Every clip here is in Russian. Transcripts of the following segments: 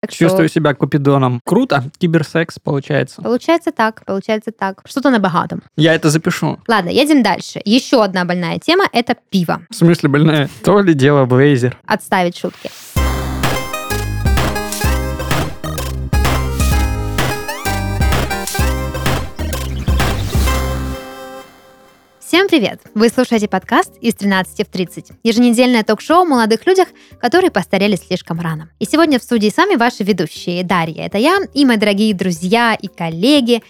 Так Чувствую что... себя Купидоном. Круто. Киберсекс получается. Получается так. Что-то на богатом. Я это запишу. Ладно, едем дальше. Еще одна больная тема – это пиво. В смысле больная? То ли дело Блейзер. Отставить шутки. Всем привет! Вы слушаете подкаст «Из 13 в 30». Еженедельное ток-шоу о молодых людях, которые постарели слишком рано. И сегодня в студии с вами ваши ведущие. Дарья, это я, и мои дорогие друзья и коллеги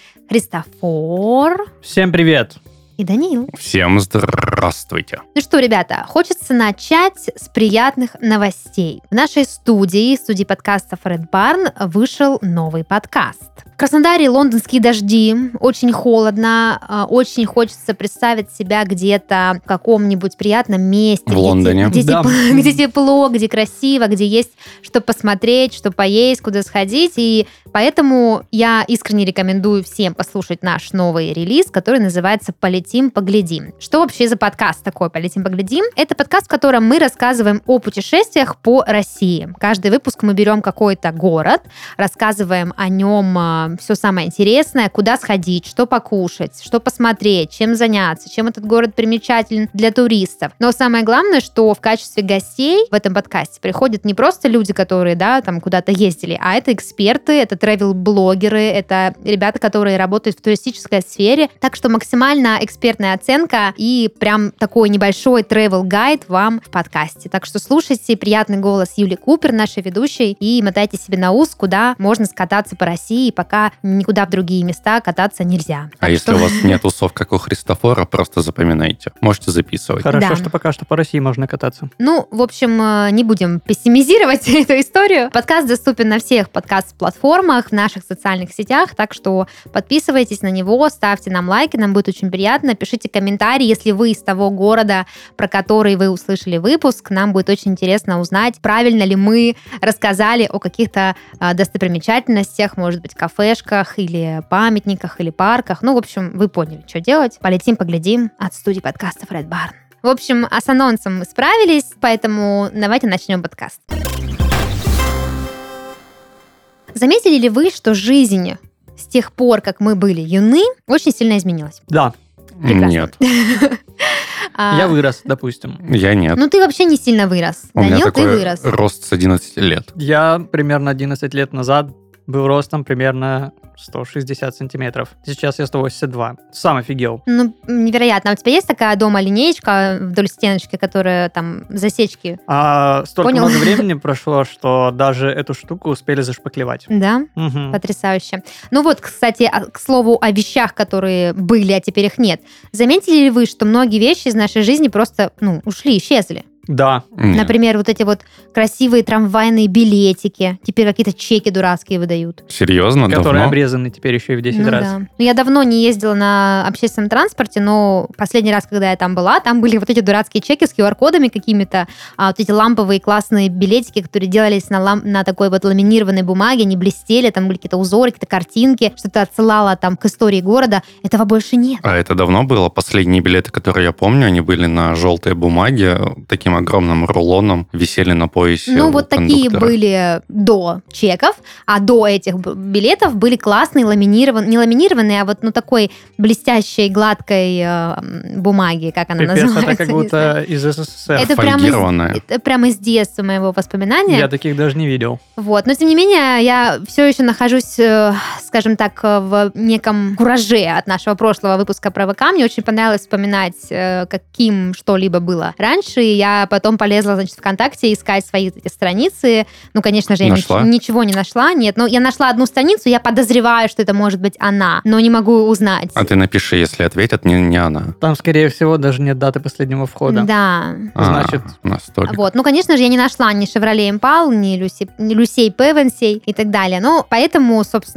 Христофор. Всем привет! И Даниил. Всем здравствуйте. Ну что, ребята, хочется начать с приятных новостей. В нашей студии подкастов Red Barn, вышел новый подкаст. В Краснодаре лондонские дожди, очень холодно, очень хочется представить себя где-то в каком-нибудь приятном месте. В Лондоне. Где Да. где тепло, где красиво, где есть что посмотреть, что поесть, куда сходить. И поэтому я искренне рекомендую всем послушать наш новый релиз, который называется «Полетим, поглядим». Что вообще за подкаст такой «Полетим, поглядим»? Это подкаст, в котором мы рассказываем о путешествиях по России. Каждый выпуск мы берем какой-то город, рассказываем о нем все самое интересное, куда сходить, что покушать, что посмотреть, чем заняться, чем этот город примечателен для туристов. Но самое главное, что в качестве гостей в этом подкасте приходят не просто люди, которые, там куда-то ездили, а это эксперты, это тревел-блогеры, это ребята, которые работают в туристической сфере. Так что максимально экспертная оценка и прям такой небольшой тревел-гайд вам в подкасте. Так что слушайте приятный голос Юли Купер, нашей ведущей, и мотайте себе на ус, куда можно скататься по России, пока никуда в другие места кататься нельзя. А если у вас нет усов, как у Христофора, просто запоминайте. Можете записывать. Хорошо, Да. что пока что по России можно кататься. Ну, в общем, не будем пессимизировать эту историю. Подкаст доступен на всех подкаст-платформах, в наших социальных сетях, так что подписывайтесь на него, ставьте нам лайки, нам будет очень приятно, пишите комментарии, если вы из того города, про который вы услышали выпуск, нам будет очень интересно узнать, правильно ли мы рассказали о каких-то достопримечательностях, может быть, кафешках или памятниках или парках. Ну, в общем, вы поняли, что делать. Полетим, поглядим от студии подкастов Red Barn. В общем, с анонсом мы справились, поэтому давайте начнем подкаст. Заметили ли вы, что жизнь с тех пор, как мы были юны, очень сильно изменилась? Да, Прекрасно. Нет, я вырос, допустим. я нет. Ну, ты вообще не сильно вырос. У меня Данил, ты такой вырос. рост с 11 лет. Я примерно 11 лет назад был ростом примерно 160 сантиметров. Сейчас я 182. Сам офигел. Ну, невероятно. А у тебя есть такая дома линеечка вдоль стеночки, которая там засечки? А столько Понял. много времени прошло, что даже эту штуку успели зашпаклевать. Да? Мгм. Потрясающе. Ну вот, кстати, к слову о вещах, которые были, а теперь их нет. Заметили ли вы, что многие вещи из нашей жизни просто, ушли, исчезли? Да. Нет. Например, вот эти вот красивые трамвайные билетики. Теперь какие-то чеки дурацкие выдают. Серьезно? Которые Давно? обрезаны теперь еще и в 10 Ну раз. да. Ну, я давно не ездила на общественном транспорте, но последний раз, когда я там была, там были вот эти дурацкие чеки с QR-кодами какими-то, вот эти ламповые классные билетики, которые делались на такой вот ламинированной бумаге, они блестели, там были какие-то узоры, какие-то картинки, что-то отсылало там к истории города. Этого больше нет. А это давно было? Последние билеты, которые я помню, они были на желтой бумаге, таким огромным рулоном, висели на поясе Ну, у вот такие кондуктора. были до чеков, а до этих билетов были классные не ламинированные, а вот такой блестящей, гладкой бумаги, как она Пипец, называется. это как не будто знаю. из СССР. Это Фольгированная. прямо из детства моего воспоминания. Я таких даже не видел. Вот. Но, тем не менее, я все еще нахожусь, скажем так, в неком кураже от нашего прошлого выпуска про ВК. Мне очень понравилось вспоминать, каким что-либо было раньше. И я потом полезла, значит, ВКонтакте искать свои эти страницы. Ну, конечно же, я Нашла? ничего не нашла. Нет, но я нашла одну страницу, я подозреваю, что это может быть она, но не могу узнать. А ты напиши, если ответят, не она. Там, скорее всего, даже нет даты последнего входа. Да. Значит, настолько. Вот. Ну, конечно же, я не нашла ни Chevrolet Impala, ни Люсей Певенсей и так далее. Ну, поэтому, собственно, чтобы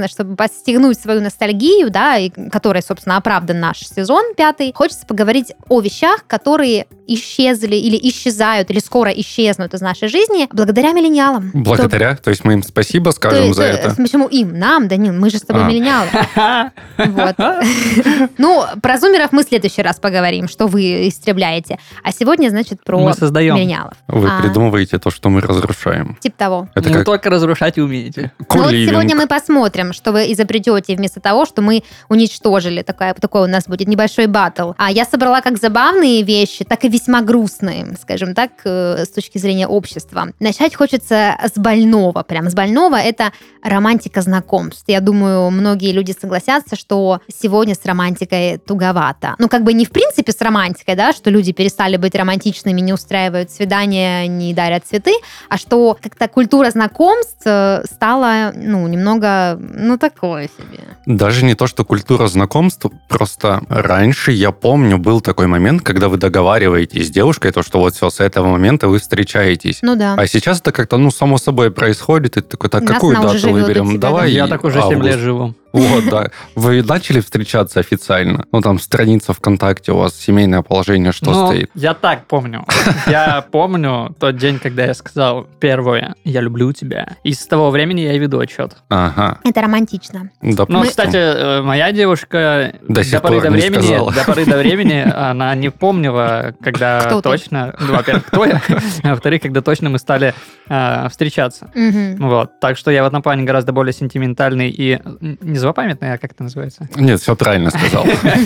подстегнуть свою ностальгию, да, и которой, собственно, оправдан наш сезон 5, хочется поговорить о вещах, которые исчезли или исчезают, или скоро исчезнут из нашей жизни благодаря миллениалам. Благодаря? То есть мы им спасибо скажем за это? Почему им? Нам, Данил, мы же с тобой миллениалы. Вот. Ну, про зумеров мы в следующий раз поговорим, что вы истребляете. А сегодня, значит, про миллениалов. Вы придумываете то, что мы разрушаем. Типа того. Вы только разрушать умеете. Ну вот сегодня мы посмотрим, что вы изобретете вместо того, что мы уничтожили. Такой у нас будет небольшой баттл. А я собрала как забавные вещи, так и весьма грустные, скажем так, с точки зрения общества. Начать хочется с больного. Прям с больного. Это романтика знакомств. Я думаю, многие люди согласятся, что сегодня с романтикой туговато. Ну, как бы не в принципе с романтикой, да, что люди перестали быть романтичными, не устраивают свидания, не дарят цветы, а что как-то культура знакомств стала, немного, такое себе. Даже не то, что культура знакомств, просто раньше, я помню, был такой момент, когда вы договариваетесь с девушкой, то, что вот все, с этого момента вы встречаетесь. Ну да. А сейчас это как-то, само собой происходит, и ты такой, так, какую дату выберем? Давай. Я так уже 7 лет живу. Вот, да. Вы начали встречаться официально? Там страница ВКонтакте, у вас семейное положение, что стоит? Я так помню. Я помню тот день, когда я сказал первое «я люблю тебя». И с того времени я и веду отчет. Ага. Это романтично. Допустим. Кстати, моя девушка до поры до времени она не помнила, когда кто точно... Во-первых, кто я? А во-вторых, когда точно мы стали встречаться. Вот. Так что я в этом плане гораздо более сентиментальный и не злопамятный, а как это называется? Нет, все правильно сказал.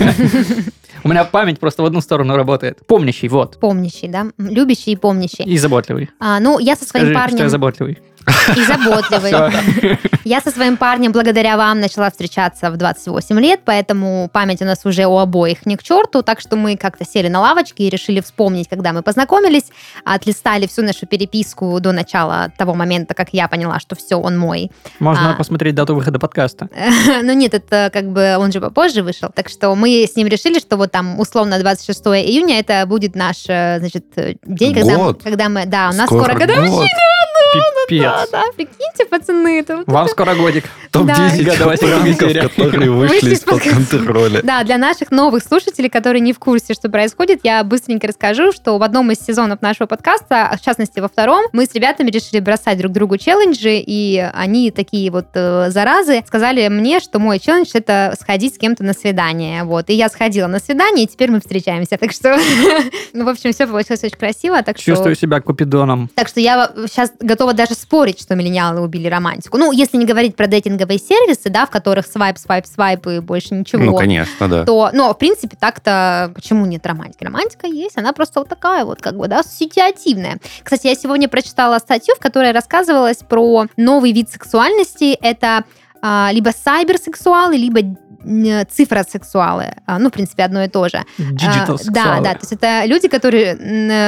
У меня память просто в одну сторону работает. Помнящий, вот. Помнящий, да? Любящий и помнящий. И заботливый. Я со своим парнем... что я заботливый. И заботливый. Я со своим парнем благодаря вам начала встречаться в 28 лет, поэтому память у нас уже у обоих не к черту, так что мы как-то сели на лавочке и решили вспомнить, когда мы познакомились, отлистали всю нашу переписку до начала того момента, как я поняла, что все, он мой. Можно посмотреть дату выхода подкаста. Ну нет, это как бы он же попозже вышел, так что мы с ним решили, что вот там условно 26 июня это будет наш, значит, день, когда мы... Да, у нас скоро годовщина. Пипец. Да, прикиньте, пацаны. Вам скоро годик. Топ-10 пранков, которые вышли из-под контроля. Да, для наших новых слушателей, которые не в курсе, что происходит, я быстренько расскажу, что в одном из сезонов нашего подкаста, в частности во втором, мы с ребятами решили бросать друг другу челленджи, и они такие вот заразы сказали мне, что мой челлендж — это сходить с кем-то на свидание. Вот. И я сходила на свидание, и теперь мы встречаемся. Так что, в общем, все получилось очень красиво. Чувствую себя Купидоном. Так что я сейчас готова даже спорить, что миллениалы убили романтику. Если не говорить про дейтинговые сервисы, да, в которых свайп и больше ничего. Ну, конечно, да. Но, в принципе, так-то почему нет романтики? Романтика есть, она просто вот такая вот, как бы, да, ситуативная. Кстати, я сегодня прочитала статью, в которой рассказывалось про новый вид сексуальности. Это либо сайберсексуалы, либо цифросексуалы. В принципе, одно и то же. Диджитал-сексуалы. Да, то есть это люди, которые,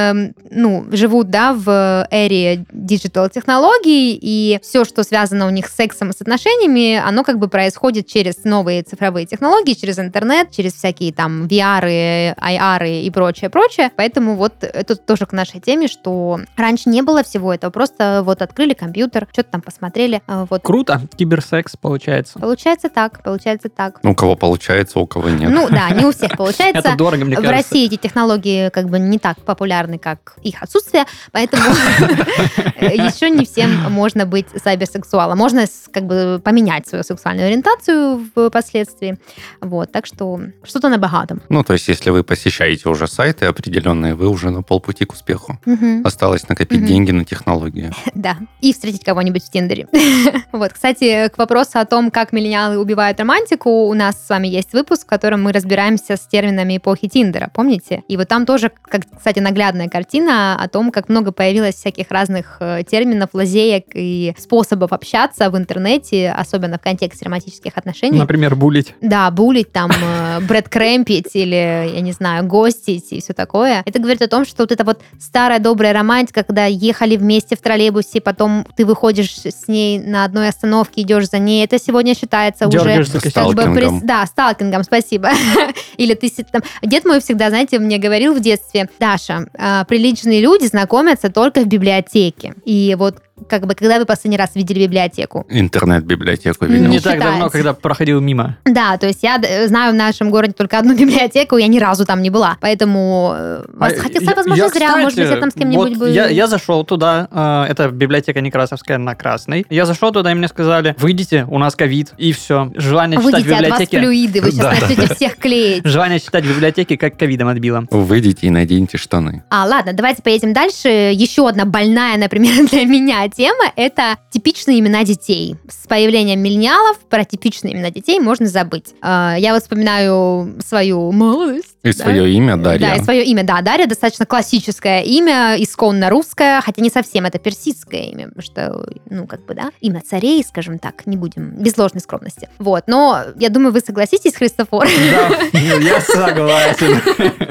живут, да, в эре диджитал-технологий, и все, что связано у них с сексом и с отношениями, оно как бы происходит через новые цифровые технологии, через интернет, через всякие там VR, IR и прочее. Поэтому вот это тоже к нашей теме, что раньше не было всего этого, просто вот открыли компьютер, что-то там посмотрели. Вот. Круто, киберсекс получается. Получается так. У кого получается, у кого нет. Не у всех получается. Это дорого, мне кажется. В России эти технологии как бы не так популярны, как их отсутствие, поэтому еще не всем можно быть сайберсексуалом. Можно как бы поменять свою сексуальную ориентацию впоследствии. Вот, так что что-то на богатом. То есть, если вы посещаете уже сайты определенные, вы уже на полпути к успеху. Осталось накопить деньги на технологии. Да, и встретить кого-нибудь в Тиндере. Вот, кстати, к вопросу о том, как миллениалы убивают романтику, у нас с вами есть выпуск, в котором мы разбираемся с терминами эпохи Тиндера, помните? И вот там тоже, кстати, наглядная картина о том, как много появилось всяких разных терминов, лазеек и способов общаться в интернете, особенно в контексте романтических отношений. Например, булить. Да, булить, там, брэдкрэмпить или, я не знаю, гостить и все такое. Это говорит о том, что вот эта вот старая добрая романтика, когда ехали вместе в троллейбусе, потом ты выходишь с ней на одной остановке, идешь за ней, это сегодня считается уже... Да, сталкингом, спасибо. Или ты там... Дед мой всегда, знаете, мне говорил в детстве: Даша, приличные люди знакомятся только в библиотеке. И вот как бы, когда вы последний раз видели библиотеку? Интернет-библиотеку видел. Не так давно, когда проходил мимо. Да, то есть я знаю в нашем городе только одну библиотеку, я ни разу там не была. Поэтому, хотя, возможно, зря, кстати, может быть, я там с кем-нибудь вот был. Я зашел туда, это библиотека Некрасовская на Красной. Я зашел туда, и мне сказали, выйдите, у нас ковид, и все. Желание читать в Выйдите, от вас библиотеке... флюиды, вы сейчас начнете всех клеить. Желание читать в библиотеке как ковидом отбило. Выйдите и наденьте штаны. Ладно, давайте поедем дальше. Еще одна больная, например, для меня тема – это типичные имена детей. С появлением миллениалов про типичные имена детей можно забыть. Я вот вспоминаю свою молодость. И свое имя Дарья. Да, и свое имя, да. Дарья достаточно классическое имя, исконно русское, хотя не совсем, это персидское имя, потому что, имя царей, скажем так, не будем, без ложной скромности. Вот, но я думаю, вы согласитесь, Христофор? Да, я согласен.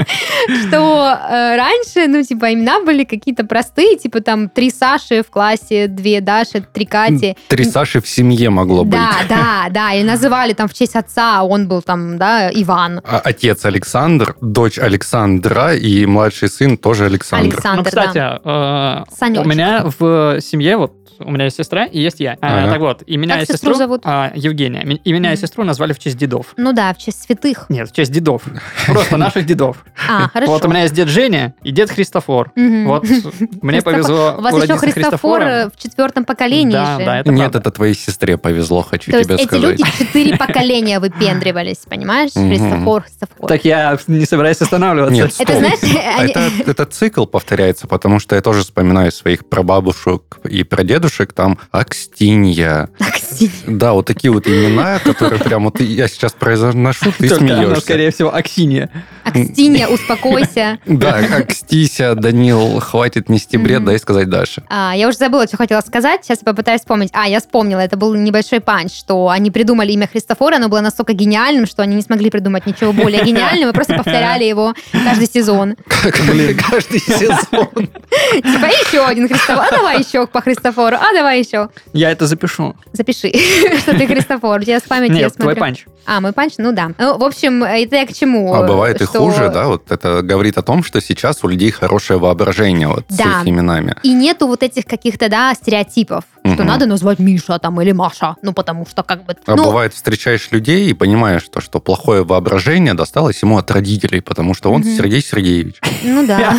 Что раньше, имена были какие-то простые, типа там 3 Саши в классе, 2 Даши, 3 Кати. 3 Саши в семье могло быть. Да, и называли там в честь отца, он был там, да, Иван. Отец Александр, дочь Александра и младший сын тоже Александр. Кстати, у меня в семье, вот, у меня есть сестра и есть я. Так вот, и меня как и сестру зовут? Евгения. И меня и сестру назвали в честь дедов. Ну да, в честь святых. Нет, в честь дедов. Просто наших дедов. Хорошо. Вот у меня есть дед Женя и дед Христофор. Вот мне повезло у вас еще Христофор в 4-м поколении. Да, это Нет, правда. это твоей сестре повезло, хочу То тебе есть сказать. эти люди 4 поколения выпендривались, понимаешь? Христофор. Так я не собираюсь останавливаться. Нет, стоп. Это, знаешь, Это цикл повторяется, потому что я тоже вспоминаю своих прабабушек и прадедушек, там Акстинья. Да, вот такие вот имена, которые прям вот я сейчас произношу, ты Только смеешься. оно, скорее всего, Аксинья. Акстинья, успокойся. Да, Акстися, Данил, хватит нести бред, дай сказать дальше. Я уже забыла, что хотела сказать. Сейчас я попытаюсь вспомнить. Я вспомнила. Это был небольшой панч, что они придумали имя Христофора, оно было настолько гениальным, что они не смогли придумать ничего более гениального, просто повторяли его каждый сезон. Каждый сезон. Типа еще один Христофор. Давай еще по Христофору. Давай еще. Я это запишу. Запиши, что ты Христофор. У тебя с памяти, я Нет, твой смотрю. панч. Мой панч? Ну да. В общем, это я к чему? А бывает и Что- хуже, да? Вот это говорит о том, что сейчас у людей хорошее воображение вот с Да. их именами. И нету вот этих каких-то, да, стереотипов, что Мгм. надо назвать Миша там или Маша. Потому что как бы... А бывает, встречаешь людей и понимаешь, что плохое воображение досталось ему от родителей, потому что он Сергей Сергеевич. Ну да.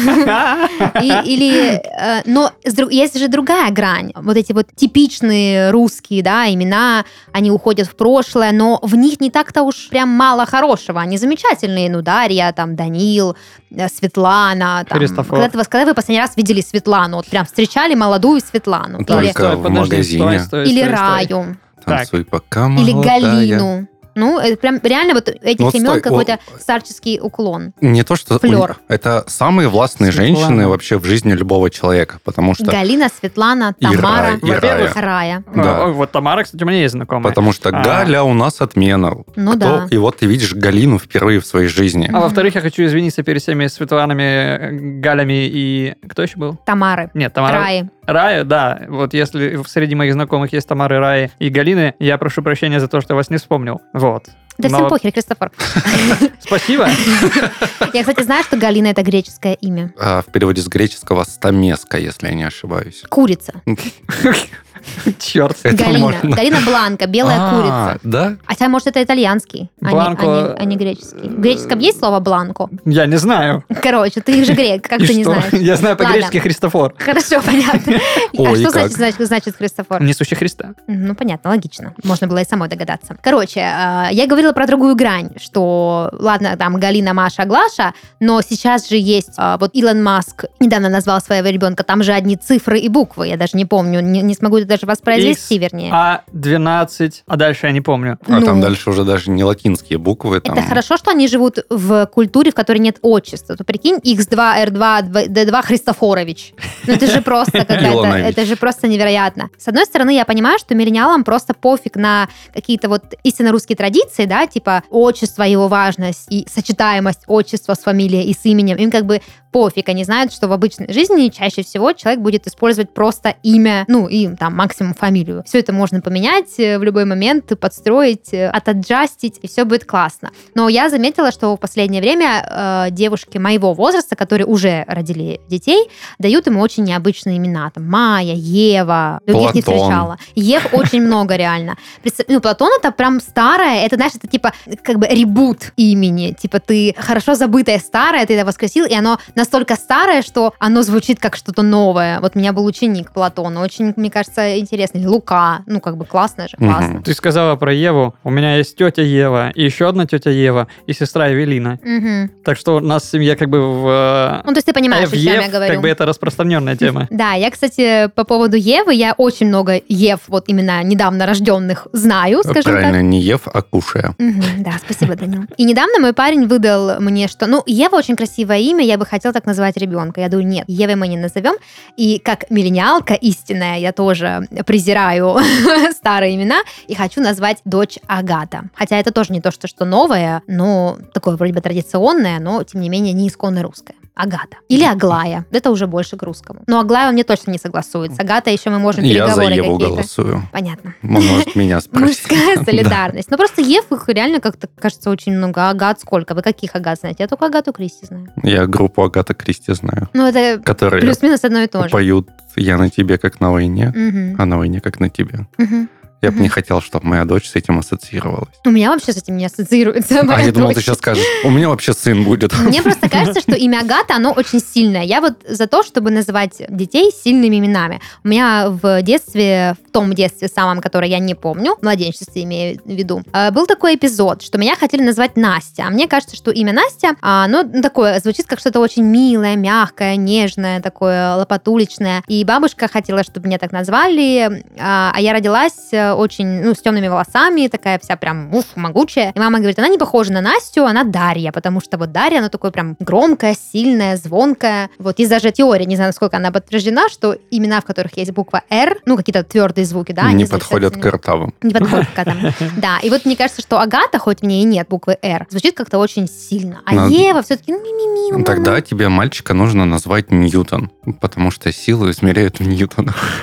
Но есть же другая грань. Вот эти вот типичные русские, да, имена, они уходят в прошлое, но в них не так-то уж прям мало хорошего. Они замечательные. Дарья, там, Данил, Светлана. Там. Христофор. Когда вы последний раз видели Светлану? Вот прям встречали молодую Светлану. Только в магазине. Или Раю. Танцуй пока Или молодая. Галину. Это прям реально вот этих Вот имен стой, какой-то старческий уклон. Не то, что... Флёр. Это самые властные Светлана. женщины вообще в жизни любого человека, потому что... Галина, Светлана, И Тамара, Рая, и Во-первых, Рая. Да. Вот Тамара, кстати, у меня есть знакомая. Потому что Галя у нас отмена. Ну да. И вот ты видишь Галину впервые в своей жизни. А во-вторых, я хочу извиниться перед всеми Светланами, Галями и... Кто еще был? Тамары. Нет, Тамара. Раи. Рая, да. Вот если среди моих знакомых есть Тамары, Раи и Галины, я прошу прощения за то, что вас не вспомнил. Вот. Да всем похер, Христофор. Спасибо. Я, кстати, знаю, что Галина — это греческое имя. В переводе с греческого стамеска, если я не ошибаюсь. Курица. Черт. Это Галина. можно. Галина Бланка, белая курица. Да? Хотя, может, это итальянский, Бланко- а не греческий. В греческом есть слово «бланко»? Я не знаю. Короче, ты же грек, как И ты не что? знаешь? Я знаю по-гречески Ладно. Христофор. Хорошо, понятно. А Ой, что как. значит Христофор? Несущий Христа. Ну, понятно, логично. Можно было и самой догадаться. Короче, я говорила про другую грань, что, ладно, там Галина, Маша, Глаша, но сейчас же есть, вот Илон Маск недавно назвал своего ребенка, там же одни цифры и буквы, я даже не помню, не смогу это даже воспроизвести, вернее. А12, а дальше я не помню. А там Ну. дальше уже даже не латинские буквы. Там... Это хорошо, что они живут в культуре, в которой нет отчества. То прикинь, X2, R2, D2 Христофорович. Ну это же просто какая-то, Илонович. это же просто невероятно. С одной стороны, я понимаю, что миллениалам просто пофиг на какие-то вот истинно русские традиции, да, типа отчество, его важность и сочетаемость отчества с фамилией и с именем. Им как бы пофиг. Они знают, что в обычной жизни чаще всего человек будет использовать просто имя, и там максимум фамилию. Все это можно поменять в любой момент, подстроить, отаджастить, и все будет классно. Но я заметила, что в последнее время девушки моего возраста, которые уже родили детей, дают им очень необычные имена. Там Майя, Ева, других не встречала. Ев очень много реально. Платон это прям старое, это, знаешь, это типа как бы ребут имени. Типа ты хорошо забытое старое, ты это воскресил, и оно настолько старое, что оно звучит как что-то новое. Вот у меня был ученик Платона, очень, мне кажется, интересный. Лука, как бы классно же, классно. Ты сказала про Еву. У меня есть тетя Ева, и еще одна тетя Ева, и сестра Эвелина. Так что у нас в семье как бы в... то есть ты понимаешь, о чем я говорю. Как бы это распространенная тема. Да, я, кстати, по поводу Евы, я очень много Ев, вот именно недавно рожденных, знаю, скажем так. Правильно, не Ев, а Кушая. Да, спасибо, Данил. И недавно мой парень выдал мне, что, Ева очень красивое имя, я бы хотел так называть ребенка. Я думаю, нет, Евой мы не назовем. И как миллениалка истинная, я тоже презираю старые имена и хочу назвать дочь Агата. Хотя это тоже не то, что новое, но такое вроде бы традиционное, но, тем не менее, не исконно русское. Агата. Или Аглая. Это уже больше к русскому. Но Аглая мне точно не согласуется. Агата еще мы можем переговоры какие-то. Я за Еву голосую. Понятно. Может, меня спросить. Мужская солидарность. Просто Ев, их реально как-то кажется очень много. Агат сколько? Вы каких Агат знаете? Я только Агату Кристи знаю. Я группу Агата Кристи знаю. Это которые плюс-минус одно и то же. Поют «Я на тебе, как на войне», а на войне, как на тебе. Я бы не хотел, чтобы моя дочь с этим ассоциировалась. У меня вообще с этим не ассоциируется. Я думал, ты сейчас скажешь, у меня вообще сын будет. Мне просто кажется, что имя Агата, оно очень сильное. Я вот за то, чтобы называть детей сильными именами. У меня в том детстве самом, которое я не помню, в младенчестве имею в виду, был такой эпизод, что меня хотели назвать Настя. А мне кажется, что имя Настя, оно такое, звучит как что-то очень милое, мягкое, нежное, такое лопатуличное. И бабушка хотела, чтобы меня так назвали, а я родилась очень, с темными волосами, такая вся прям, могучая. И мама говорит, она не похожа на Настю, она Дарья, потому что вот Дарья, она такое прям громкая, сильная, звонкая. Вот есть даже теория, не знаю, насколько она подтверждена, что имена, в которых есть буква «Р», какие-то твердые звуки, да, не подходят к картавым. Не подходят к картавым. Да, и вот мне кажется, что Агата, хоть в ней и нет буквы «Р», звучит как-то очень сильно. А Ева все-таки, ми-ми-ми. Тогда тебе мальчика нужно назвать Ньютон, потому что силу измеряют в ньютонах.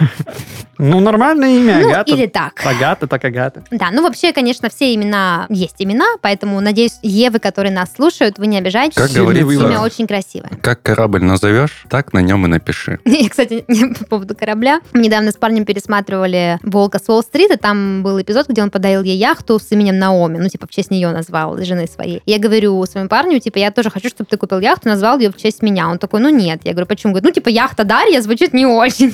Нормальное имя, Агата. Или так. Агата, так Агата. Да, вообще, конечно, все имена есть имена, поэтому, надеюсь, Евы, которые нас слушают, вы не обижаетесь. Как говорится, имя очень красивое. Как корабль назовешь, так на нем и напиши. И, кстати, по поводу корабля. Мы недавно с парнем пересматривали «Волка с Уолл-стрит», и там был эпизод, где он подарил ей яхту с именем Наоми, в честь нее назвал, жены своей. Я говорю своему парню, я тоже хочу, чтобы ты купил яхту, назвал ее в честь меня. Он такой, нет. Я говорю, почему? Говорит, яхта Дарья звучит не очень.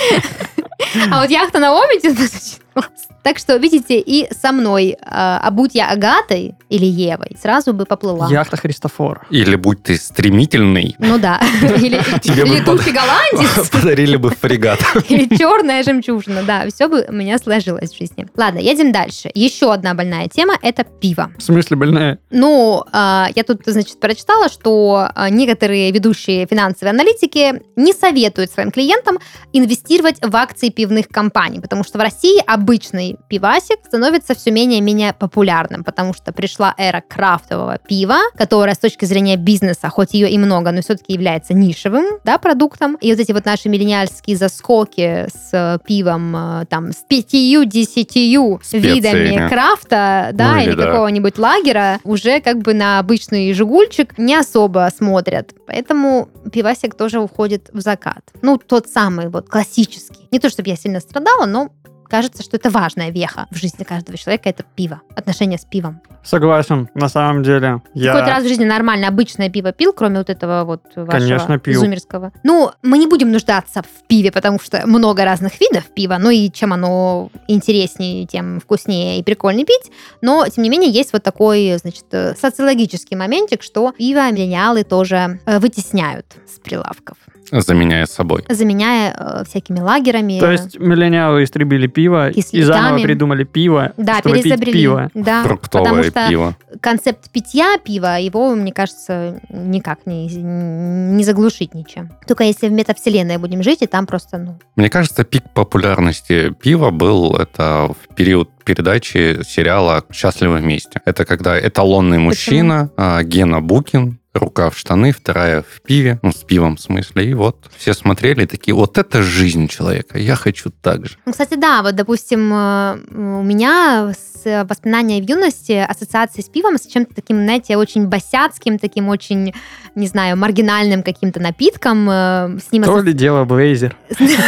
А вот яхта Наоми звучит классно. Так что, видите, и со мной, будь я Агатой или Евой, сразу бы поплыла. Яхта Христофор. Или будь ты стремительный. Да. Или летучий голландец. Подарили бы фрегат. Или черная жемчужина. Да, все бы у меня сложилось в жизни. Ладно, едем дальше. Еще одна больная тема – это пиво. В смысле больная? Я тут, прочитала, что некоторые ведущие финансовые аналитики не советуют своим клиентам инвестировать в акции пивных компаний, потому что в России обычный пивасик становится все менее и менее популярным, потому что пришла эра крафтового пива, которая с точки зрения бизнеса, хоть ее и много, но все-таки является нишевым, продуктом. И вот эти наши миллениальские заскоки с пивом, с 5-10 видами крафта, или какого-нибудь лагера, уже на обычный жигульчик не особо смотрят. Поэтому пивасик тоже уходит в закат. Тот самый классический. Не то, чтобы я сильно страдала, но кажется, что это важная веха в жизни каждого человека, это пиво, отношения с пивом. Согласен, на самом деле. Какой-то раз в жизни нормально обычное пиво пил, кроме этого вашего Конечно, пил. изумерского? Мы не будем нуждаться в пиве, потому что много разных видов пива, и чем оно интереснее, тем вкуснее и прикольнее пить, но, тем не менее, есть такой, социологический моментик, что пиво миллениалы тоже вытесняют с прилавков. Заменяя собой. Заменяя всякими лагерами. То есть миллениалы истребили пиво и заново придумали пиво, чтобы пить пиво. Да, фруктовое пиво. Концепт питья пива, его, мне кажется, никак не заглушить ничем. Только если в метавселенной будем жить, и там просто, Мне кажется, пик популярности пива был это в период передачи сериала «Счастливы вместе». Это когда эталонный мужчина, Гена Букин, рука в штаны, вторая в пиве, с пивом в смысле. И вот все смотрели и такие, вот это жизнь человека, я хочу так же. Кстати, да, вот, допустим, у меня воспоминания в юности, ассоциации с пивом, с чем-то таким, знаете, очень босяцким, таким очень, не знаю, маргинальным каким-то напитком. С ним То ли дело Блейзер.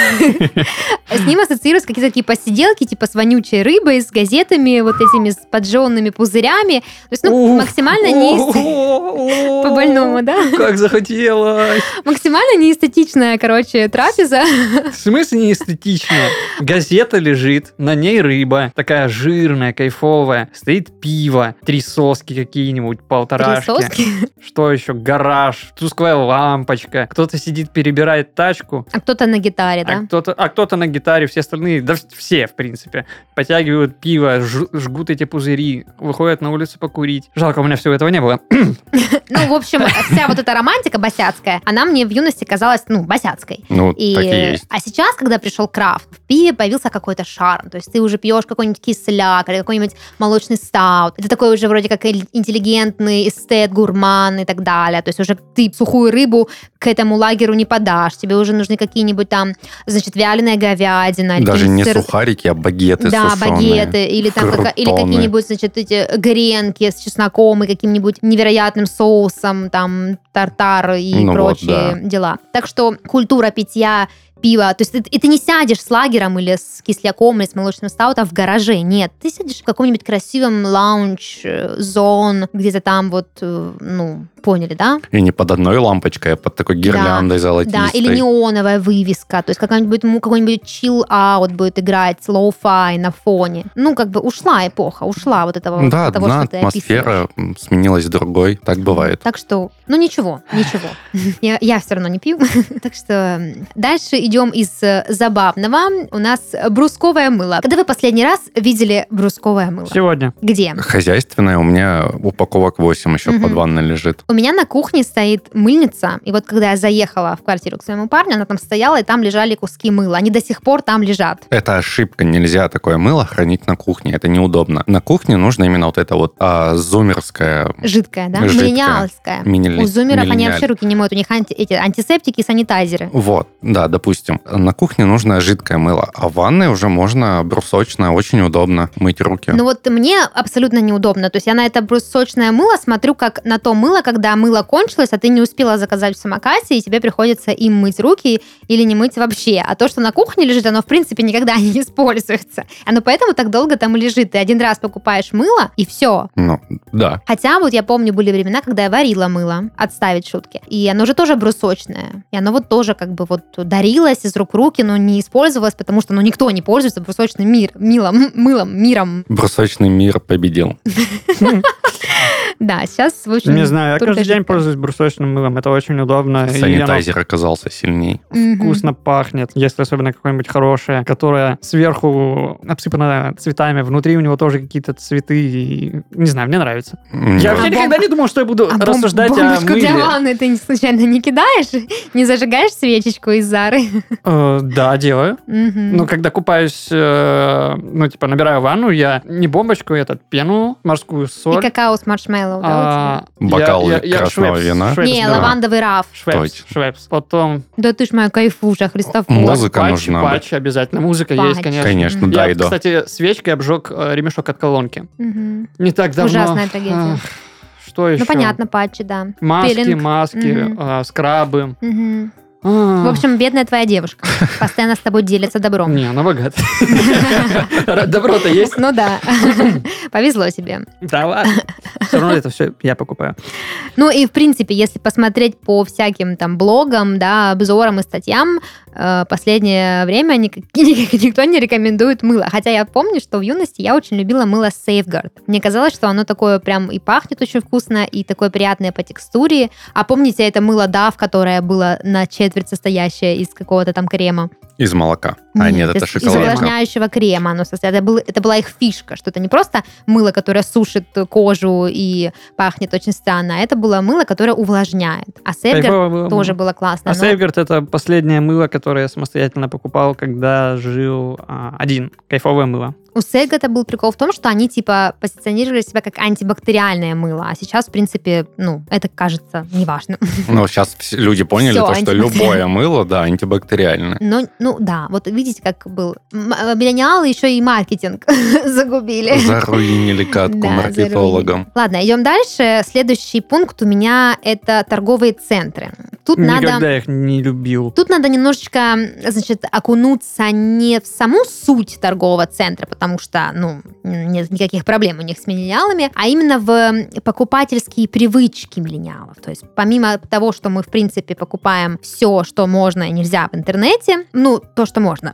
С ним ассоциируются какие-то такие посиделки, типа с вонючей рыбой, с газетами, вот этими с поджженными пузырями. То есть, максимально не... По-больному, да? Как захотелось. Максимально неэстетичная, трапеза. В смысле неэстетичная? Газета лежит, на ней рыба, такая жирная, кайфовая. Стоит пиво, 3 соски какие-нибудь, 1,5. 3 соски? Что еще? Гараж, тусклая лампочка. Кто-то сидит, перебирает тачку. А кто-то на гитаре, да? А кто-то на гитаре, все остальные, да все, в принципе, потягивают пиво, жгут эти пузыри, выходят на улицу покурить. Жалко, у меня всего этого не было. Ну, в общем, вся вот эта романтика босяцкая, она мне в юности казалась, босяцкой. Так и есть. А сейчас, когда пришел крафт, в пиве появился какой-то шарм. То есть ты уже пьешь какой-нибудь кисляк или какой-нибудь молочный стаут. Это такой уже вроде как интеллигентный эстет, гурман и так далее. То есть уже ты сухую рыбу к этому лагерю не подашь. Тебе уже нужны какие-нибудь там, вяленая говядина. Даже не сухарики, а багеты сушеные. Да, багеты. Или какие-нибудь, эти гренки с чесноком и каким-нибудь невероятным соусом, там, тартар и прочие дела. Так что культура питья пива. То есть ты не сядешь с лагером или с кисляком, или с молочным стаутом в гараже. Нет, ты сидишь в каком-нибудь красивом лаунж-зон, где-то там поняли, да? И не под одной лампочкой, а под такой гирляндой золотистой. Да, или неоновая вывеска. То есть какой-нибудь chill-out будет играть, low-fi на фоне. Ушла эпоха, ушла вот этого да, того, что ты атмосфера описываешь. сменилась другой. Так бывает. Так что, ничего. Я все равно не пью. Так что дальше идем из забавного. У нас брусковое мыло. Когда вы последний раз видели брусковое мыло? Сегодня. Где? Хозяйственное. У меня упаковок 8 еще под ванной лежит. У меня на кухне стоит мыльница, и вот когда я заехала в квартиру к своему парню, она там стояла, и там лежали куски мыла. Они до сих пор там лежат. Это ошибка. Нельзя такое мыло хранить на кухне. Это неудобно. На кухне нужно именно вот это зумерское... Жидкое, да? Миллениалское. У зумеров они вообще руки не моют. У них эти антисептики и санитайзеры. Вот, да, допустим. На кухне нужно жидкое мыло, а в ванной уже можно брусочное. Очень удобно мыть руки. Мне абсолютно неудобно. То есть я на это брусочное мыло смотрю как на то мыло, когда мыло кончилось, а ты не успела заказать в самокате, и тебе приходится им мыть руки или не мыть вообще. А то, что на кухне лежит, оно, в принципе, никогда не используется. Оно поэтому так долго там и лежит. Ты один раз покупаешь мыло, и все. Да. Хотя я помню, были времена, когда я варила мыло, отставить шутки. И оно же тоже брусочное. И оно тоже дарилось из рук в руки, но не использовалось, потому что никто не пользуется брусочным мылом. Брусочный мир победил. Да, сейчас, в общем... Не знаю, я каждый день пользуюсь брусочным мылом, это очень удобно. Санитайзер оказался сильней. Вкусно пахнет, если особенно какое-нибудь хорошее, которое сверху обсыпано цветами, внутри у него тоже какие-то цветы, и... не знаю, мне нравится. Я вообще никогда не думал, что я буду рассуждать о мыле. Для ванны ты случайно не кидаешь? Не зажигаешь свечечку из Зары? Да, делаю. Когда купаюсь, набираю ванну, я не бомбочку, пену, морскую соль. И какао с маршмеллоу. Бокал красного вина. Не, лавандовый раф. Швепс. Потом... Да ты ж моя кайфуша, Христофор. Музыка нужна. Патч обязательно. Музыка есть, конечно. Конечно, да, и да. Кстати, свечкой обжег ремешок от колонки. Не так давно. Ужасная трагедия. Что еще? Понятно, патчи, да. Маски, скрабы. В общем, бедная твоя девушка. Постоянно с тобой делится добром. Не, она богата. Добро-то есть. Да. Повезло тебе. Да ладно. Все равно это все я покупаю. И, в принципе, если посмотреть по всяким там блогам, да, обзорам и статьям, последнее время никто не рекомендует мыло. Хотя я помню, что в юности я очень любила мыло Safeguard. Мне казалось, что оно такое прям и пахнет очень вкусно, и такое приятное по текстуре. А помните это мыло Dove, которое было на четверть состоящее из какого-то там крема? Из молока. Нет, это шоколадка. Из увлажняющего крема. Это была их фишка, что это не просто мыло, которое сушит кожу и пахнет очень странно, а это было мыло, которое увлажняет. А Safeguard тоже было классно. Safeguard это последнее мыло, которое я самостоятельно покупал, когда жил один. Кайфовое мыло. У Сегата был прикол в том, что они, типа, позиционировали себя как антибактериальное мыло, а сейчас, в принципе, это кажется неважным. Ну, сейчас люди поняли, что любое мыло, да, антибактериальное. Да, вот видите, как был. Миллениалы еще и маркетинг загубили. Заруинили катку маркетологам. Ладно, идем дальше. Следующий пункт у меня это торговые центры. Никогда их не любил. Тут надо немножечко, окунуться не в саму суть торгового центра, потому что, нет никаких проблем у них с миллениалами, а именно в покупательские привычки миллениалов. То есть помимо того, что мы, в принципе, покупаем все, что можно и нельзя в интернете, то, что можно.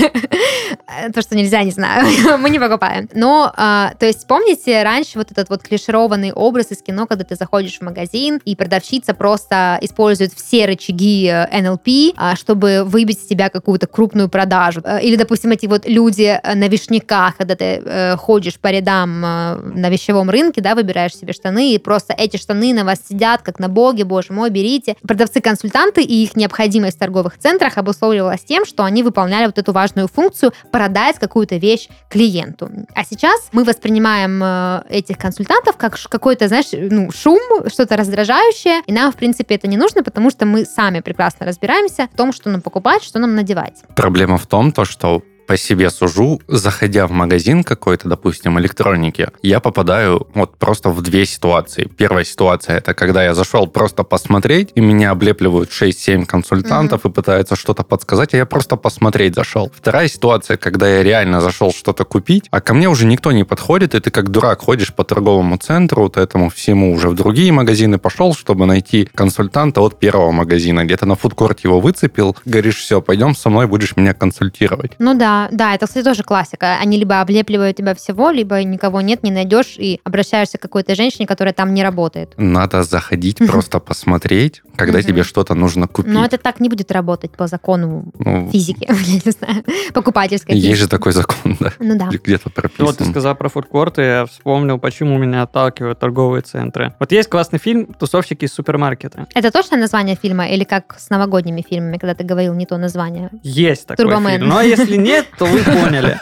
То, что нельзя, не знаю, мы не покупаем. Но, то есть, помните, раньше вот этот вот клишированный образ из кино, когда ты заходишь в магазин, и продавщица просто использует все рычаги NLP, чтобы выбить из тебя какую-то крупную продажу. Или, допустим, эти вот люди на вишняках, когда ты ходишь по рядам на вещевом рынке, да, выбираешь себе штаны, и просто эти штаны на вас сидят, как на боге, боже мой, берите. Продавцы-консультанты и их необходимость в торговых центрах обусловливалась тем, что они выполняли вот эту важную функцию продать какую-то вещь клиенту. А сейчас мы воспринимаем этих консультантов как какой-то, знаешь, шум, что-то раздражающее, и нам, в принципе, это не нужно, потому что мы сами прекрасно разбираемся в том, что нам покупать, что нам надевать. Проблема в том, что по себе сужу, заходя в магазин какой-то, допустим, электроники, я попадаю вот просто в две ситуации. Первая ситуация — это когда я зашел просто посмотреть, и меня облепливают 6-7 консультантов и пытаются что-то подсказать, а я просто посмотреть зашел. Вторая ситуация, когда я реально зашел что-то купить, а ко мне уже никто не подходит, и ты как дурак ходишь по торговому центру, вот этому всему уже в другие магазины пошел, чтобы найти консультанта от первого магазина. Где-то на фудкорте его выцепил, говоришь, все, пойдем со мной, будешь меня консультировать. Да, это, кстати, тоже классика. Они либо облепливают тебя всего, либо никого нет, не найдешь, и обращаешься к какой-то женщине, которая там не работает. Надо заходить, просто посмотреть, когда тебе что-то нужно купить. Но это так не будет работать по закону физики, я не знаю, покупательской физики. Есть же такой закон, да? Ну да. Где-то прописано. Вот ты сказал про фудкорты, я вспомнил, почему меня отталкивают торговые центры. Вот есть классный фильм «Тусовщики из супермаркета». Это точно название фильма или как с новогодними фильмами, когда ты говорил не то название? Есть такой Турбомен. фильм. Но если нет, то вы поняли.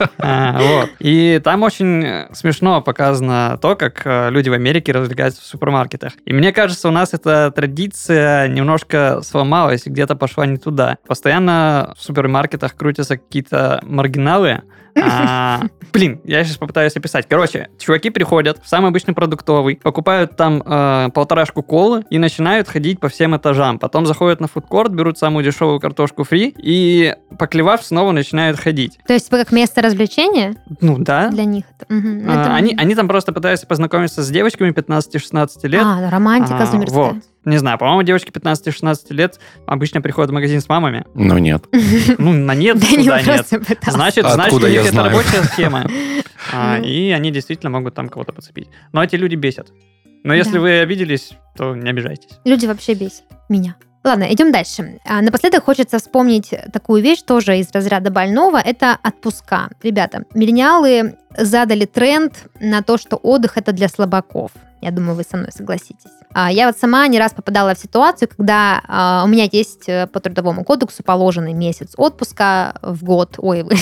Вот. И там очень смешно показано то, как люди в Америке развлекаются в супермаркетах. И мне кажется, у нас эта традиция немножко сломалась и где-то пошла не туда. Постоянно в супермаркетах крутятся какие-то маргиналы. Я сейчас попытаюсь описать. Короче, чуваки приходят в самый обычный продуктовый, покупают там 1,5 колы и начинают ходить по всем этажам. Потом заходят на фудкорт, берут самую дешевую картошку фри и, поклевав, снова начинают ходить. То есть как место развлечения? Да. Для них. Они там просто пытаются познакомиться с девочками 15-16 лет. Романтика зумерская. Вот. Не знаю, по-моему, девочки 15-16 лет обычно приходят в магазин с мамами. Ну, нет. На нет, сюда нет. Значит, у них это рабочая схема. И они действительно могут там кого-то подцепить. Но эти люди бесят. Но если вы обиделись, то не обижайтесь. Люди вообще бесят меня. Ладно, идем дальше. Напоследок хочется вспомнить такую вещь, тоже из разряда больного, это отпуска. Ребята, миллениалы задали тренд на то, что отдых – это для слабаков. Я думаю, вы со мной согласитесь. Я вот сама не раз попадала в ситуацию, когда у меня есть по Трудовому кодексу положенный месяц отпуска в год.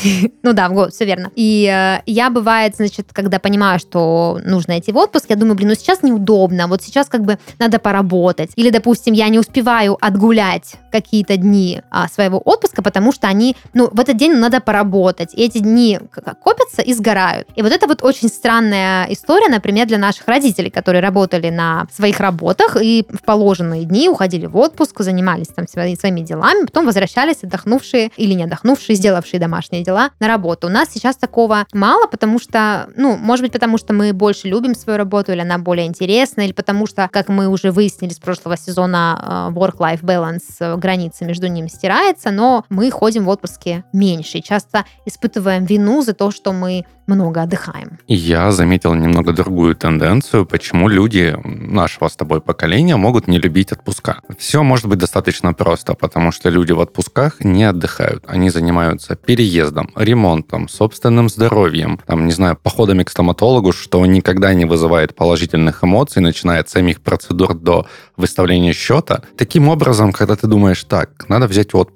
В год, все верно. И я, бывает, когда понимаю, что нужно идти в отпуск, я думаю, сейчас неудобно, вот сейчас как бы надо поработать. Или, допустим, я не успеваю отгулять какие-то дни своего отпуска, потому что они, в этот день надо поработать. И эти дни копятся и сгорают. И вот это вот очень странная история, например, для наших родителей, которые работали на своих работах и в положенные дни уходили в отпуск, занимались там своими делами, потом возвращались отдохнувшие или не отдохнувшие, сделавшие домашние дела на работу. У нас сейчас такого мало, потому что, может быть, потому что мы больше любим свою работу, или она более интересна, или потому что, как мы уже выяснили с прошлого сезона, work-life balance, граница между ними стирается, но мы ходим в отпуске меньше и часто испытываем вину за то, что мы много отдыхаем. Я заметил немного другую тенденцию, почему люди нашего с тобой поколения могут не любить отпуска. Все может быть достаточно просто, потому что люди в отпусках не отдыхают. Они занимаются переездом, ремонтом, собственным здоровьем, походами к стоматологу, что никогда не вызывает положительных эмоций, начиная от самих процедур до выставления счета. Таким образом, когда ты думаешь, так, надо взять отпуск,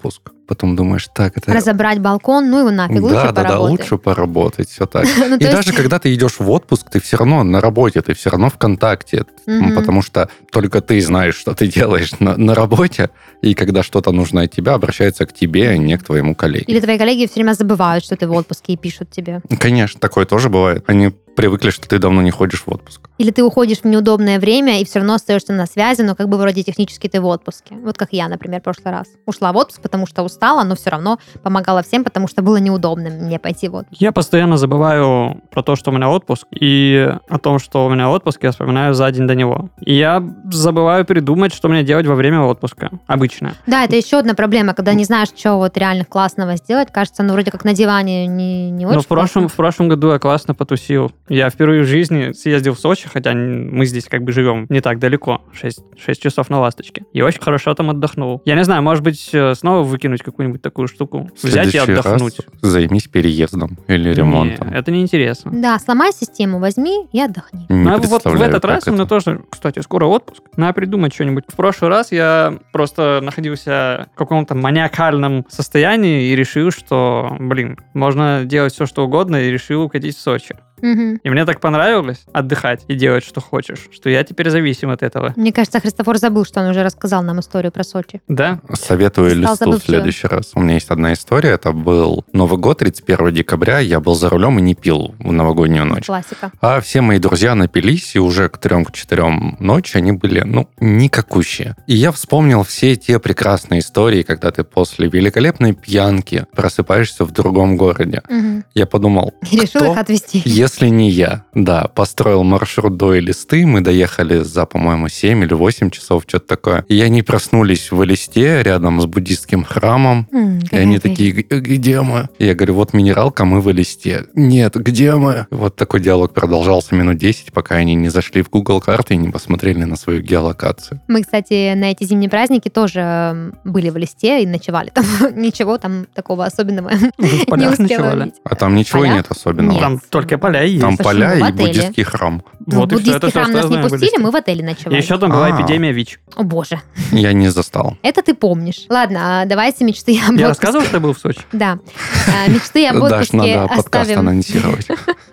потом думаешь, так, это... Разобрать балкон, ну его нафиг, лучше поработать. Да, лучше поработать, все так. И даже когда ты идешь в отпуск, ты все равно на работе, ты все равно в контакте, потому что только ты знаешь, что ты делаешь на работе, и когда что-то нужно от тебя, обращаются к тебе, а не к твоему коллеге. Или твои коллеги все время забывают, что ты в отпуске, и пишут тебе. Конечно, такое тоже бывает. Они привыкли, что ты давно не ходишь в отпуск. Или ты уходишь в неудобное время и все равно остаешься на связи, но как бы вроде технически ты в отпуске. Вот как я, например, в прошлый раз. Ушла в отпуск, потому что устала, но все равно помогала всем, потому что было неудобно мне пойти в отпуск. Я постоянно забываю про то, что у меня отпуск, и о том, что у меня отпуск, я вспоминаю за день до него. И я забываю придумать, что мне делать во время отпуска. Обычно. Да, это еще одна проблема, когда не знаешь, что вот реально классного сделать. Кажется, ну вроде как на диване не очень Но в прошлом году я классно потусил. Я впервые в жизни съездил в Сочи, хотя мы здесь как бы живем не так далеко, 6 часов на «Ласточке». И очень хорошо там отдохнул. Я не знаю, может быть, снова выкинуть какую-нибудь такую штуку, взять и отдохнуть. Раз займись переездом или ремонтом. Это неинтересно. Да, сломай систему, возьми и отдохни. Вот в этот раз у меня тоже, кстати, скоро отпуск. Надо придумать что-нибудь. В прошлый раз я просто находился в каком-то маниакальном состоянии и решил, что, можно делать все, что угодно, и решил укатить в Сочи. Угу. И мне так понравилось отдыхать и делать, что хочешь, что я теперь зависим от этого. Мне кажется, Христофор забыл, что он уже рассказал нам историю про Сочи. Да? Советую листу в следующий раз. У меня есть одна история. Это был Новый год, 31 декабря. Я был за рулем и не пил в новогоднюю ночь. Классика. А все мои друзья напились, и уже к 3-4 ночи они были, никакущие. И я вспомнил все те прекрасные истории, когда ты после великолепной пьянки просыпаешься в другом городе. Угу. Я подумал, и решил их отвезти. Если не я. Да, построил маршрут до Элисты, мы доехали за, по-моему, 7 или 8 часов, что-то такое. И они проснулись в Элисте, рядом с буддистским храмом. И они такие, где мы? Я говорю, вот минералка, мы в Элисте. Нет, где мы? Вот такой диалог продолжался минут 10, пока они не зашли в Google карты и не посмотрели на свою геолокацию. Мы, кстати, на эти зимние праздники тоже были в Элисте и ночевали там. Ничего там такого особенного не успела увидеть. А там ничего нет особенного. Нет. Там только поля и есть. Там поля и отеле. буддистский храм. Вот и все, буддистский храм нас не пустили, мы в отеле ночевали. И еще там была эпидемия ВИЧ. О боже. Я не застал. Это ты помнишь. Ладно, давайте мечты об отпуске. Я рассказывал, что я был в Сочи? Да. Мечты об Даш, отпуске надо подкаст оставим. анонсировать.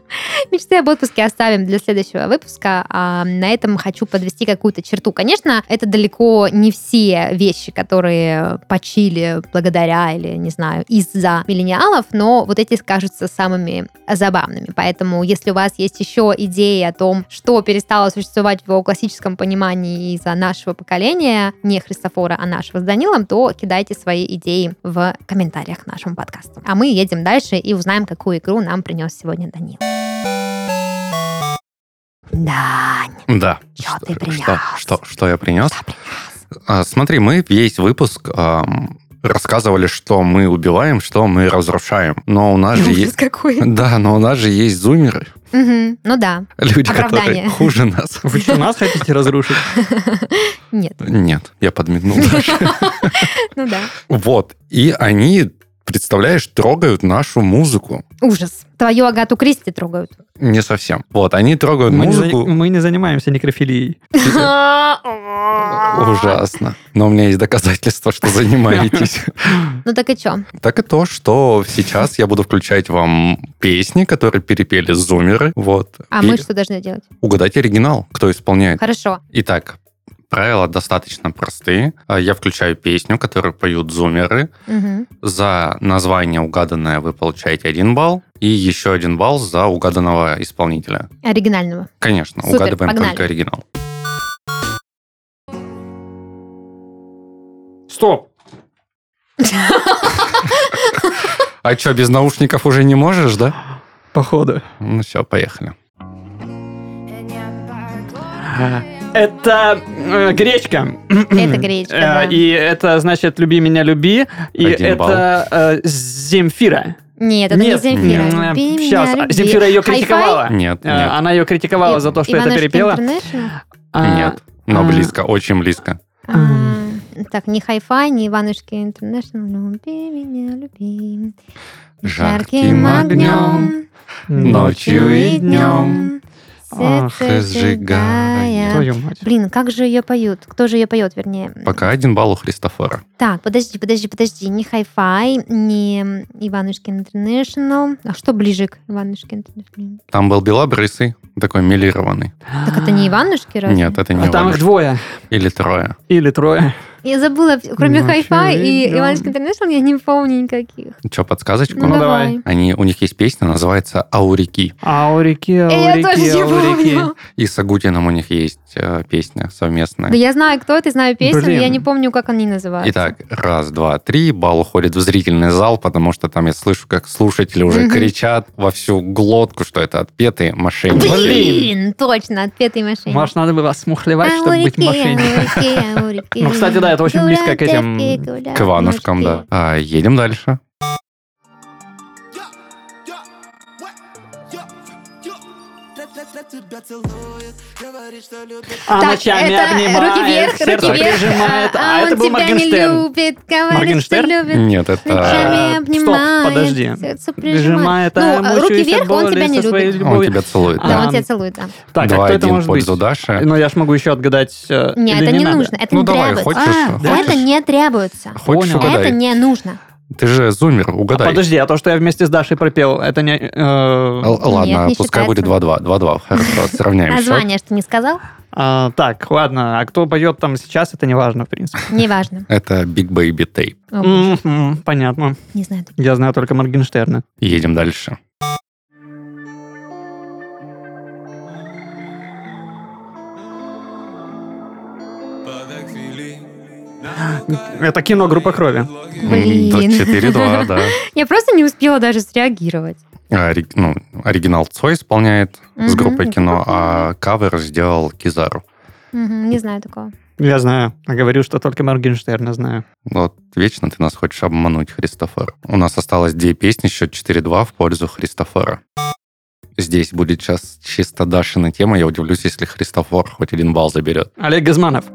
Мечты об отпуске оставим для следующего выпуска. А на этом хочу подвести какую-то черту. Конечно, это далеко не все вещи, которые почили благодаря или, не знаю, из-за миллениалов, но вот эти кажутся самыми забавными. Поэтому, если у вас есть еще идеи о том, что перестало существовать в его классическом понимании из-за нашего поколения, не Христофора, а нашего с Данилом, то кидайте свои идеи в комментариях к нашему подкасту. А мы едем дальше и узнаем, какую игру нам принес сегодня Данил. Дань. Да. Что ты принес? Что я принес? Смотри, мы весь выпуск рассказывали, что мы убиваем, что мы разрушаем. Но у нас же есть... какой. Да, но у нас же есть зумеры. Угу, ну да. Люди, Оправдание. которые хуже нас. Вы что, нас хотите разрушить? Нет. Нет, я подмигнул даже. Ну да. Вот. И они, представляешь, трогают нашу музыку. Ужас. Твою Агату Кристи трогают. Не совсем. Вот, они трогают музыку. Мы не занимаемся некрофилией. Ужасно. Но у меня есть доказательства, что занимаетесь. Ну так и что? Так и то, что сейчас я буду включать вам песни, которые перепели зумеры. Вот. А мы что должны делать? Угадать оригинал, кто исполняет. Хорошо. Итак, правила достаточно простые. Я включаю песню, которую поют зумеры. Угу. За название угаданное вы получаете 1 балл. И еще 1 балл за угаданного исполнителя. Оригинального. Конечно, Супер, угадываем погнали. только оригинал. Стоп! А что, без наушников уже не можешь, да? Походу. Ну все, поехали. Это гречка. Это гречка, да. И это, значит, «Люби меня, люби». И 1 балл. это Земфира. Нет, это не Земфира. Нет. Люби меня, Сейчас, люби. Земфира ее Hi-Fi? критиковала. Нет, нет. Она ее критиковала за то, что это Иванушки перепела. International? Нет, но близко, очень близко. Так, не Hi-Fi, не Иванушки International. Люби меня, люби. Жарким огнем, ночью и днем. Ах, сжигая. Твою мать. Блин, как же ее поют? Кто же ее поет, вернее? Пока 1 балл у Христофора. Так, подожди. Не Hi-Fi, не Иванушкин International. А что ближе к Иванушкин International? Там был белобрысый, такой милированный. Так это не Иванушки, разве? Нет, это не А там их Иванушка. 2. Или 3. Или 3. Я забыла, кроме Ну, Hi-Fi и видно. Иванушкин International, я не помню никаких. Что, подсказочку? Ну, давай. У них есть песня, называется «Аурики». Аурики, Я тоже не аурики. помню. И с Агутиным у них есть песня совместная. Да я знаю, кто это, знаю песню, но Блин. я не помню, как они называются. Итак, 1, 2, 3, балл уходит в зрительный зал, потому что там я слышу, как слушатели уже кричат во всю глотку, что это отпетые мошенники. Блин, точно, отпетые мошенники. Может, надо было смухлевать, чтобы быть мошенником. Ну, кстати, да, это очень близко к этим... К Иванушкам, да. Едем дальше. А Так, ночами это обнимает, руки вверх, сердце руки вверх. прижимает. А он это был тебя не Моргенштерн. любит, говорит, что Моргенштерн? любит. Нет, это... Ночами обнимает, Стоп, подожди. сердце Прижимает, прижимает. а Ну, руки мучаюсь от вверх, он боли тебя не со своей любит. Он любовью. тебя целует, Да, да. он тебя целует, да. Так, а кто это 2-1 в может быть? пользу Даши. Ну, я ж могу еще отгадать. Нет, или это не надо? нужно, это Ну, не давай, требуется. хочешь? Это не требуется. Хочешь, Понял. угадай. Это не нужно. Ты же зумер, угадай. Подожди, а то, что я вместе с Дашей пропел, это не... Ладно, Нет, не пускай будет считается. 2-2. 2-2, хорошо, сравняем счет. Название что не сказал? Так, ладно. А кто поет там сейчас, это не важно, в принципе. Неважно. Это Big Baby Tape. О, боже, Понятно. не знаю. Я знаю только Моргенштерна. Едем дальше. Это кино «Группа крови». Блин. 4-2, да. Я просто не успела даже среагировать. Оригинал Цой исполняет с Мгм, группой кино, группа а кавер сделал Кизару. Мгм, не знаю такого. Я знаю. А говорю, что только Моргенштерна знаю. Вот вечно ты нас хочешь обмануть, Христофор. У нас осталось 2 песни, счет 4-2 в пользу Христофора. Здесь будет сейчас чисто Дашина тема. Я удивлюсь, если Христофор хоть 1 балл заберет. Олег Газманов.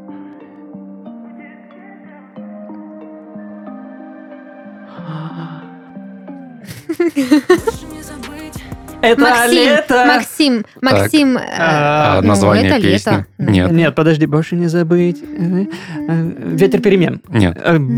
Это Максим, лето. Максим. А ну, название это песни? лето. Нет. Нет, подожди, больше не забыть. Ветер перемен. Нет.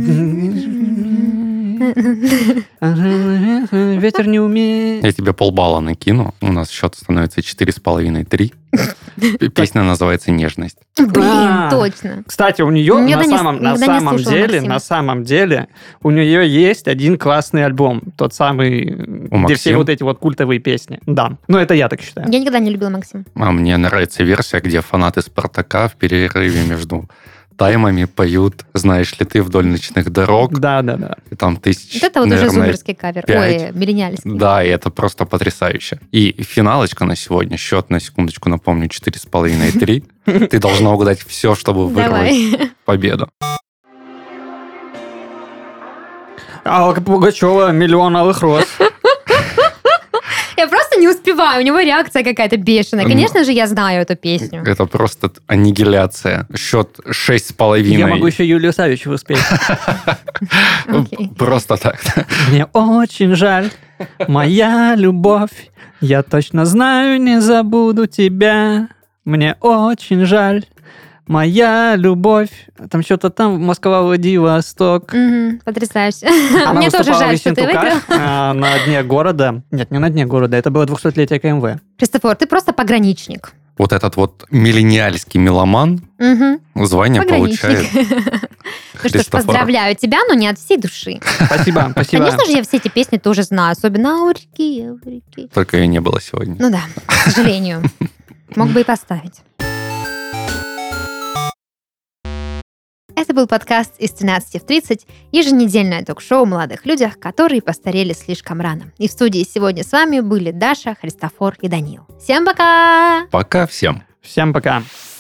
Ветер не умеет. Я тебе полбалла накину. У нас счет становится 4,5-3. Песня называется «Нежность». Блин, точно. Кстати, у нее Никогда не слушала на самом деле, у нее есть один классный альбом, тот самый, где все Максим? вот эти вот культовые песни. Да, ну это я так считаю. Я никогда не любила Максима. А мне нравится версия, где фанаты «Спартака» в перерыве между таймами поют «Знаешь ли ты вдоль ночных дорог». Да. И там тысяч, Вот это вот уже наверное, зумерский кавер. 5. Ой, миллениальский. Да, и это просто потрясающе. И финалочка на сегодня. Счет, на секундочку напомню, 4,5-3. Ты должна угадать все, чтобы вырвать Давай. победу. Алла Пугачева «Миллион алых роз». Я просто не успеваю, у него реакция какая-то бешеная. Конечно же, я знаю эту песню. Это просто аннигиляция. Счет 6,5. Я могу еще Юлию Савичеву спеть. Окей. Просто так. Мне очень жаль, моя любовь. Я точно знаю, не забуду тебя. Мне очень жаль, моя любовь. Там что-то там, Москва, Владивосток. Мгм, потрясающе. Она Мне тоже выступала в жаль, что ты выиграл. Ессентуках, на дне города. Нет, не на дне города, это было 200-летие КМВ. Христофор, ты просто пограничник. Вот этот вот миллениальский меломан Мгм. звание получает Пограничник. Ну что ж, Христофор. поздравляю тебя, но не от всей души. Спасибо, спасибо. Конечно же, я все эти песни тоже знаю, особенно «Аурики». Только ее не было сегодня. Ну да, к сожалению. Мог бы и поставить. Это был подкаст из 13 в 30, еженедельное ток-шоу о молодых людях, которые постарели слишком рано. И в студии сегодня с вами были Даша, Христофор и Данил. Всем пока! Пока всем. Всем пока.